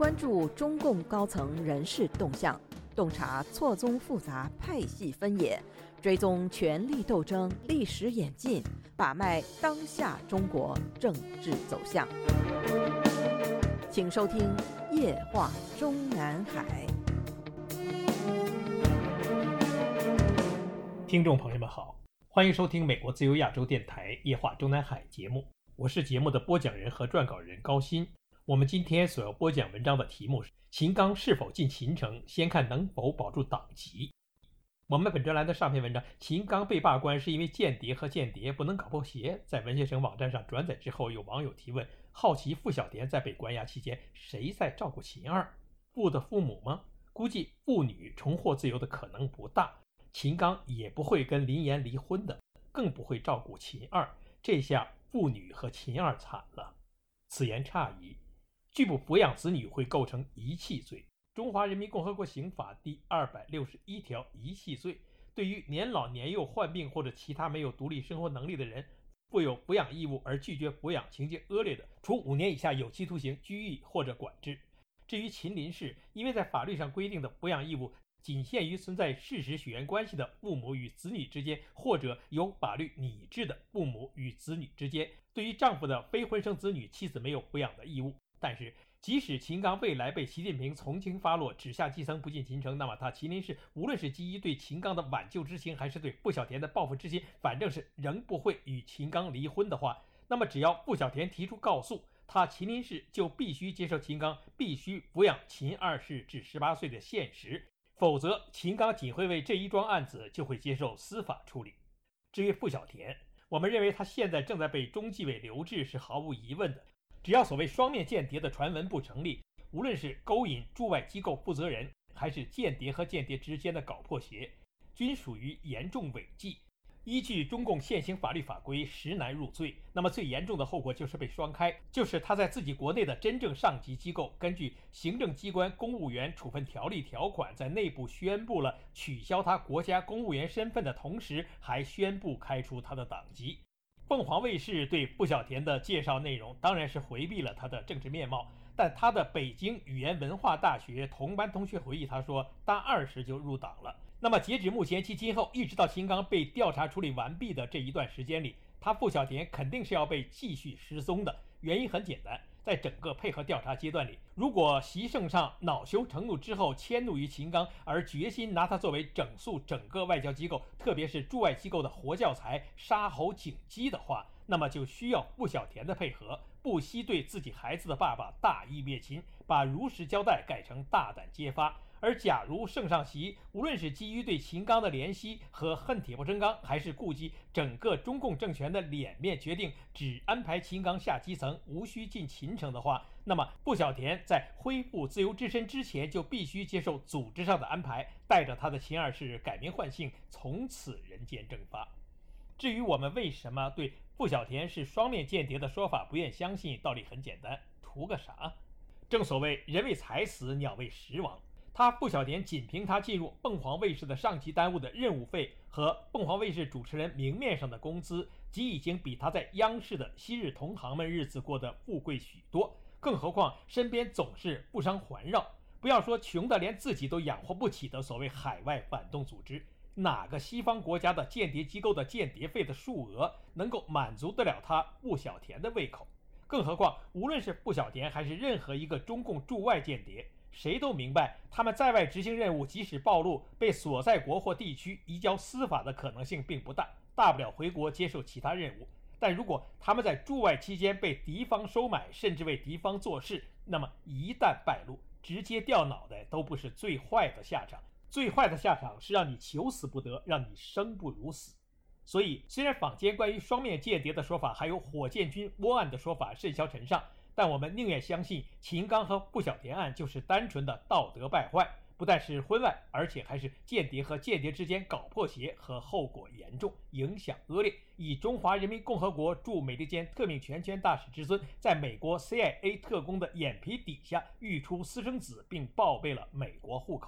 关注中共高层人事动向，洞察错综复杂派系分野，追踪权力斗争历史演进，把脉当下中国政治走向。请收听《夜话中南海》。 听众朋友们好，欢迎收听美国自由亚洲电台《夜话中南海》节目，我是节目的播讲人和撰稿人高鑫。我们今天所要播讲文章的题目是秦刚是否进秦城，先看能否保住党籍。我们本专栏的上篇文章秦刚被罢官是因为间谍和间谍不能搞破鞋，在文学城网站上转载之后，有网友提问，好奇傅小田在被关押期间谁在照顾秦二？傅的父母吗？估计父女重获自由的可能不大，秦刚也不会跟林岩离婚的，更不会照顾秦二，这下父女和秦二惨了。此言差矣，拒不抚养子女会构成遗弃罪。中华人民共和国刑法第261条遗弃罪，对于年老年幼、患病或者其他没有独立生活能力的人，负有抚养义务而拒绝抚养，情节恶劣的，处5年以下有期徒刑、拘役或者管制。至于秦林氏，因为在法律上规定的抚养义务仅限于存在事实血缘关系的父母与子女之间，或者有法律拟制的父母与子女之间，对于丈夫的非婚生子女，妻子没有抚养的义务。但是即使秦刚未来被习近平从轻发落，指下基层不进秦城，那么他秦林氏无论是基于对秦刚的挽救之情，还是对傅小田的报复之心，反正是仍不会与秦刚离婚的话，那么只要傅小田提出告诉，他秦林氏就必须接受秦刚必须抚养秦二世至18岁的现实，否则秦刚仅会为这一桩案子就会接受司法处理。至于傅小田，我们认为他现在正在被中纪委留置是毫无疑问的。只要所谓双面间谍的传闻不成立，无论是勾引驻外机构负责人，还是间谍和间谍之间的搞破鞋，均属于严重违纪。依据中共现行法律法规，实难入罪。那么最严重的后果就是被双开，就是他在自己国内的真正上级机构，根据行政机关公务员处分条例条款，在内部宣布了取消他国家公务员身份的同时，还宣布开除他的党籍。凤凰卫视对傅小田的介绍内容当然是回避了他的政治面貌，但他的北京语言文化大学同班同学回忆，他说大2时就入党了。那么截止目前其今后一直到秦刚被调查处理完毕的这一段时间里，他傅小田肯定是要被继续失踪的。原因很简单，在整个配合调查阶段里，如果习圣上恼羞成怒之后迁怒于秦刚，而决心拿他作为整肃整个外交机构，特别是驻外机构的活教材、杀猴警鸡的话，那么就需要傅小田的配合，不惜对自己孩子的爸爸大义灭亲，把如实交代改成大胆揭发。而假如圣上习无论是基于对秦刚的怜惜和恨铁不成钢，还是顾及整个中共政权的脸面，决定只安排秦刚下基层，无需进秦城的话，那么傅小田在恢复自由之身之前，就必须接受组织上的安排，带着他的秦二世改名换姓，从此人间蒸发。至于我们为什么对傅小田是双面间谍的说法不愿相信，道理很简单，图个啥？正所谓人为财死，鸟为食亡。他傅小田仅凭他进入凤凰卫视的上级单位的任务费和凤凰卫视主持人明面上的工资，即已经比他在央视的昔日同行们日子过得富贵许多，更何况身边总是富商环绕，不要说穷的连自己都养活不起的所谓海外反动组织，哪个西方国家的间谍机构的间谍费的数额能够满足得了他傅小田的胃口？更何况无论是傅小田还是任何一个中共驻外间谍，谁都明白他们在外执行任务，即使暴露，被所在国或地区移交司法的可能性并不大，大不了回国接受其他任务。但如果他们在驻外期间被敌方收买，甚至为敌方做事，那么一旦败露，直接掉脑袋都不是最坏的下场。最坏的下场是让你求死不得，让你生不如死。所以虽然坊间关于双面间谍的说法，还有火箭军窝案的说法甚嚣尘上，但我们宁愿相信秦刚和傅小田案就是单纯的道德败坏，不但是婚外，而且还是间谍和间谍之间搞破鞋，和后果严重，影响恶劣，以中华人民共和国驻美利坚特命全权大使之尊，在美国 CIA 特工的眼皮底下育出私生子，并报备了美国户口。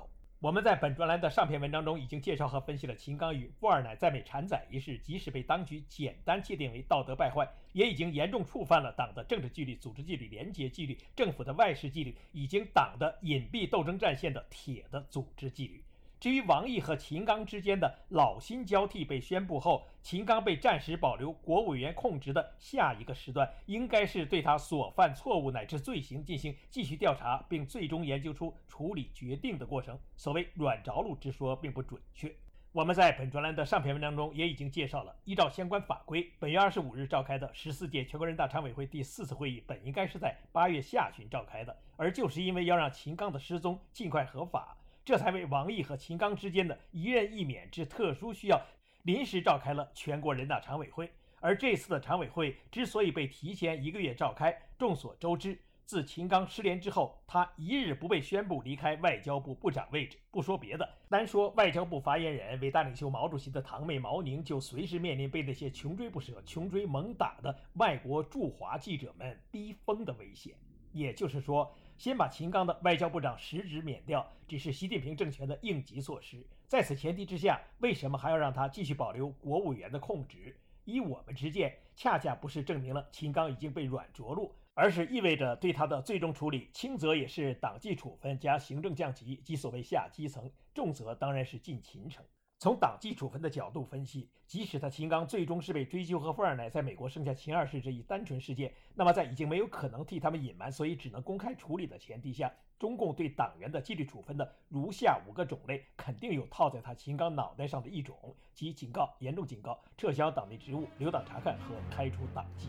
我们在本专栏的上篇文章中已经介绍和分析了秦刚与富二奶在美产仔一事，即使被当局简单界定为道德败坏，也已经严重触犯了党的政治纪律、组织纪律、廉洁纪律、政府的外事纪律，以及党的隐蔽斗争战线的铁的组织纪律。至于王毅和秦刚之间的老新交替被宣布后，秦刚被暂时保留国务委员控职的下一个时段，应该是对他所犯错误乃至罪行进行继续调查，并最终研究出处理决定的过程。所谓软着陆之说并不准确。我们在本专栏的上篇文章中也已经介绍了，依照相关法规，本月25日召开的14届全国人大常委会第4次会议本应该是在8月下旬召开的，而就是因为要让秦刚的失踪尽快合法，这才为王毅和秦刚之间的一任一免之特殊需要，临时召开了全国人大常委会。而这次的常委会之所以被提前1个月召开，众所周知，自秦刚失联之后，他一日不被宣布离开外交部部长位置。不说别的，单说外交部发言人、伟大领袖毛主席的堂妹毛宁，就随时面临被那些穷追不舍、穷追猛打的外国驻华记者们逼疯的危险。也就是说，先把秦刚的外交部长实职免掉，只是习近平政权的应急措施。在此前提之下，为什么还要让他继续保留国务员的控职？依我们之见，恰恰不是证明了秦刚已经被软着陆，而是意味着对他的最终处理，轻则也是党纪处分加行政降级及所谓下基层，重则当然是进秦城。从党纪处分的角度分析，即使他秦刚最终是被追究和富二奶在美国生下秦二世这一单纯事件，那么在已经没有可能替他们隐瞒，所以只能公开处理的前提下，中共对党员的纪律处分的如下5个种类，肯定有套在他秦刚脑袋上的一种，即警告、严重警告、撤销党内职务、留党察看和开除党籍。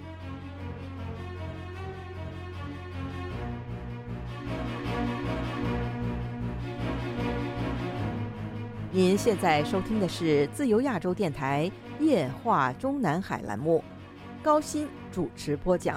您现在收听的是自由亚洲电台夜话中南海栏目，高鑫主持播讲。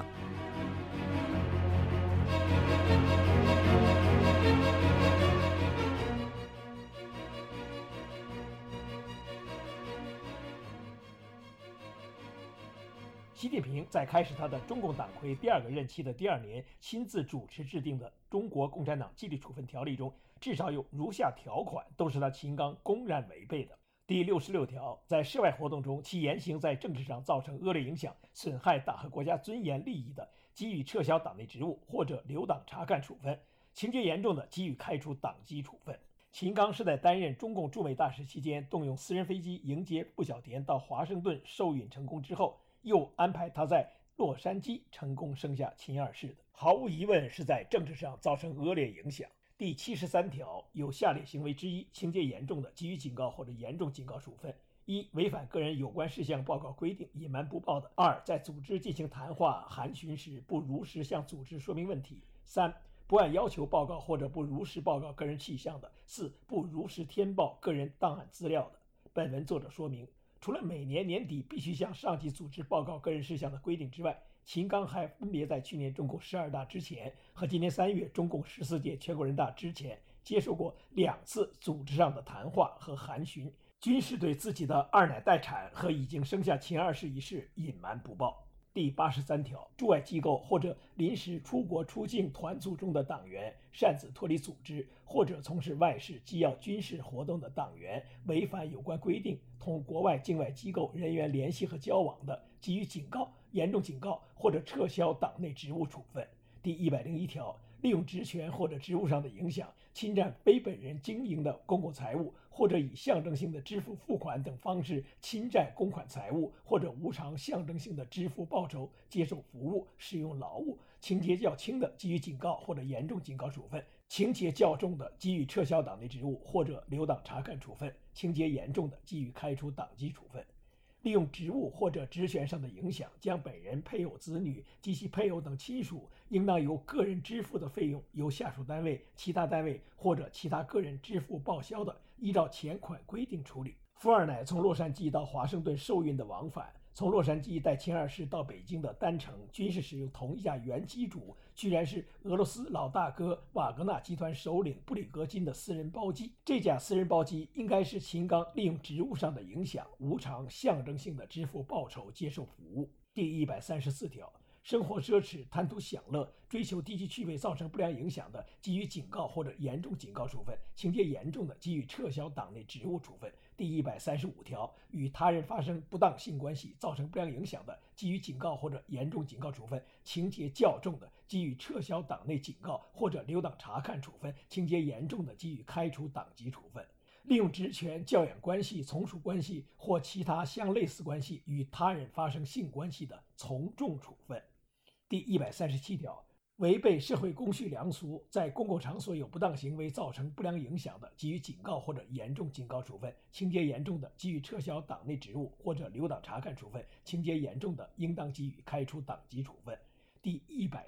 习近平在开始他的中共党魁第2个任期的第2年，亲自主持制定的《中国共产党纪律处分条例》中，至少有如下条款，都是他秦刚公然违背的。第66条，在涉外活动中，其言行在政治上造成恶劣影响，损害党和国家尊严利益的，给予撤销党内职务或者留党察看处分；情节严重的，给予开除党籍处分。秦刚是在担任中共驻美大使期间，动用私人飞机迎接步小田到华盛顿受孕成功之后，又安排他在洛杉矶成功生下秦二世的，毫无疑问是在政治上造成恶劣影响。第73条，有下列行为之一，情节严重的，给予警告或者严重警告处分：一、违反个人有关事项报告规定，隐瞒不报的；二、在组织进行谈话、函询时不如实向组织说明问题；三、不按要求报告或者不如实报告个人气象的；四、不如实填报个人档案资料的。本文作者说明，除了每年年底必须向上级组织报告个人事项的规定之外，秦刚还分别在去年中共12大之前和今年3月中共14届全国人大之前接受过2次组织上的谈话和函询，均是对自己的二奶待产和已经生下秦二世一事隐瞒不报。第83条，驻外机构或者临时出国出境团组中的党员擅自脱离组织，或者从事外事、机要、军事活动的党员违反有关规定，同国外境外机构人员联系和交往的，给予警告、严重警告或者撤销党内职务处分。第101条，利用职权或者职务上的影响，侵占非本人经营的公共财物，或者以象征性的支付付款等方式侵占公款财物，或者无偿象征性的支付报酬、接受服务、使用劳务，情节较轻的，给予警告或者严重警告处分；情节较重的，给予撤销党内职务或者留党察看处分；情节严重的，给予开除党籍处分。利用职务或者职权上的影响，将本人、配偶、子女及其配偶等亲属应当由个人支付的费用，由下属单位、其他单位或者其他个人支付报销的，依照前款规定处理。富二奶从洛杉矶到华盛顿受孕的往返，从洛杉矶带秦二世到北京的单程，均是使用同一架原机主，居然是俄罗斯老大哥瓦格纳集团首领布里格金的私人包机。这架私人包机应该是秦刚利用职务上的影响，无偿象征性的支付报酬、接受服务。第134条， 生活奢侈、贪图享乐、追求低级趣味造成不良影响的，给予警告或者严重警告处分；情节严重的，给予撤销党内职务处分。第135条，与他人发生不当性关系造成不良影响的，给予警告或者严重警告处分；情节较重的，给予撤销党内警告或者留党察看处分；情节严重的，给予开除党籍处分。利用职权、教养关系、从属关系或其他相类似关系与他人发生性关系的，从重处分。第137条，违背社会公序良俗，在公共场所有不当行为造成不良影响的，给予警告或者严重警告处分；情节严重的，给予撤销党内职务或者留党察看处分；情节严重的，应当给予开除党籍处分。第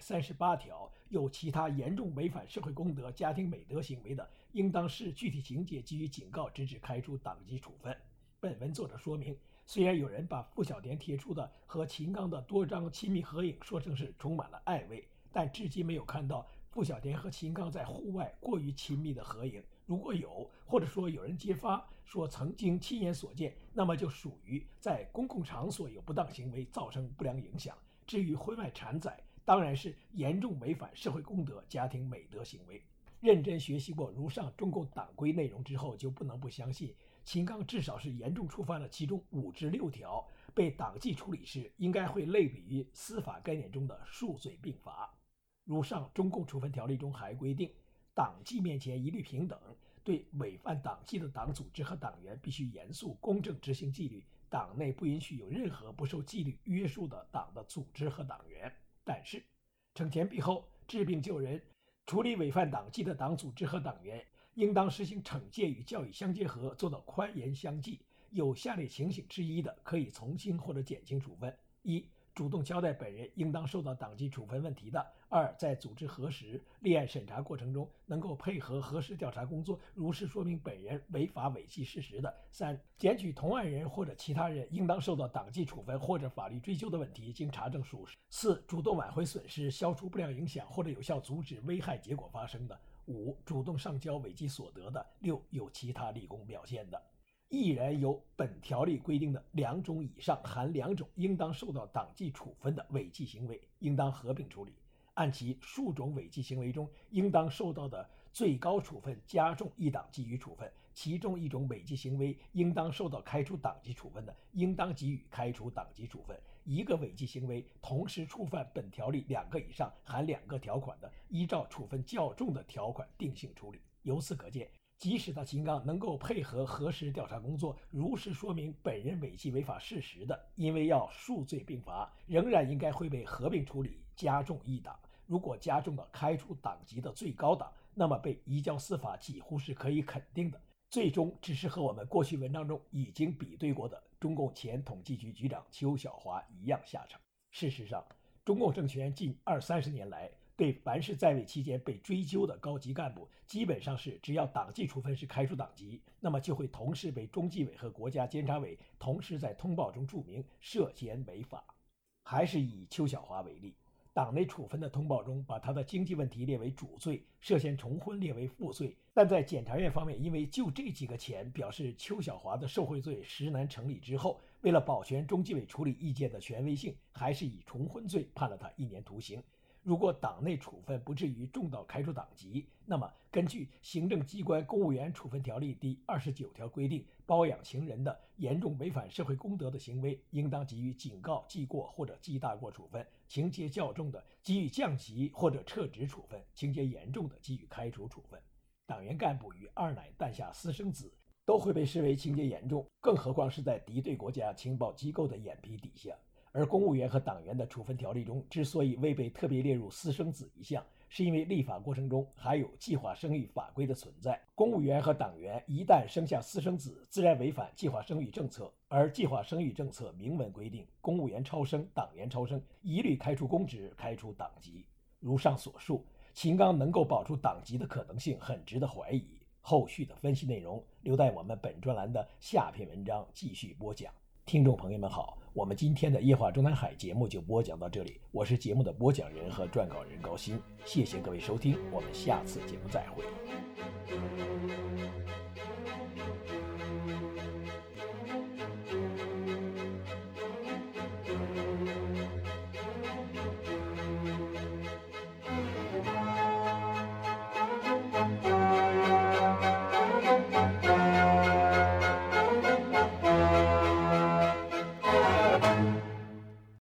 138条，有其他严重违反社会公德、家庭美德行为的，应当视具体情节给予警告，直至开除党籍处分。本文作者说明，虽然有人把傅小田贴出的和秦刚的多张亲密合影说成是充满了爱味，但至今没有看到傅小田和秦刚在户外过于亲密的合影。如果有，或者说有人揭发说曾经亲眼所见，那么就属于在公共场所有不当行为造成不良影响。至于婚外产仔，当然是严重违反社会公德、家庭美德行为。认真学习过如上中共党规内容之后，就不能不相信秦刚至少是严重触犯了其中5至6条，被党纪处理时应该会类比于司法概念中的数罪并罚。如上中共处分条例中还规定，党纪面前一律平等，对违反党纪的党组织和党员必须严肃公正执行纪律，党内不允许有任何不受纪律约束的党的组织和党员。但是惩前毖后，治病救人，处理违反党纪的党组织和党员，应当实行惩戒与教育相结合，做到宽严相济。有下列情形之一的，可以从轻或者减轻处分：一、主动交代本人应当受到党纪处分问题的；二、在组织核实、立案审查过程中能够配合核实调查工作，如实说明本人违法违纪事实的；三、检举同案人或者其他人应当受到党纪处分或者法律追究的问题，经查证属实；四、主动挽回损失，消除不良影响或者有效阻止危害结果发生的；五、主动上交违纪所得的；六、有其他立功表现的。亦然有本条例规定的2种以上含2种应当受到党纪处分的违纪行为，应当合并处理。按其数种违纪行为中应当受到的最高处分加重一档给予处分，其中一种违纪行为应当受到开除党籍处分的，应当给予开除党籍处分。一个违纪行为同时触犯本条例2个以上含2个条款的，依照处分较重的条款定性处理。由此可见，即使他秦刚能够配合核实调查工作，如实说明本人违纪违法事实的，因为要数罪并罚，仍然应该会被合并处理，加重一档。如果加重到开除党籍的最高档，那么被移交司法几乎是可以肯定的，最终只是和我们过去文章中已经比对过的中共前统计局局长邱小华一样下场。事实上，中共政权近20-30年来，对凡是在位期间被追究的高级干部，基本上是只要党纪处分是开除党籍，那么就会同时被中纪委和国家监察委同时在通报中注明涉嫌违法。还是以邱小华为例，党内处分的通报中把他的经济问题列为主罪，涉嫌重婚列为副罪，但在检察院方面因为就这几个钱表示邱小华的受贿罪实难成立之后，为了保全中纪委处理意见的权威性，还是以重婚罪判了他1年徒刑。如果党内处分不至于重到开除党籍，那么根据行政机关公务员处分条例第29条规定，包养情人的严重违反社会公德的行为，应当给予警告、记过或者记大过处分；情节较重的，给予降级或者撤职处分；情节严重的，给予开除处分。党员干部与二奶诞下私生子都会被视为情节严重，更何况是在敌对国家情报机构的眼皮底下。而公务员和党员的处分条例中之所以未被特别列入私生子一项，是因为立法过程中还有计划生育法规的存在。公务员和党员一旦生下私生子，自然违反计划生育政策，而计划生育政策明文规定，公务员超生、党员超生一律开除公职、开除党籍。如上所述，秦刚能够保住党籍的可能性很值得怀疑。后续的分析内容留待我们本专栏的下篇文章继续播讲。听众朋友们好，我们今天的夜话中南海节目就播讲到这里，我是节目的播讲人和撰稿人高鑫，谢谢各位收听，我们下次节目再会。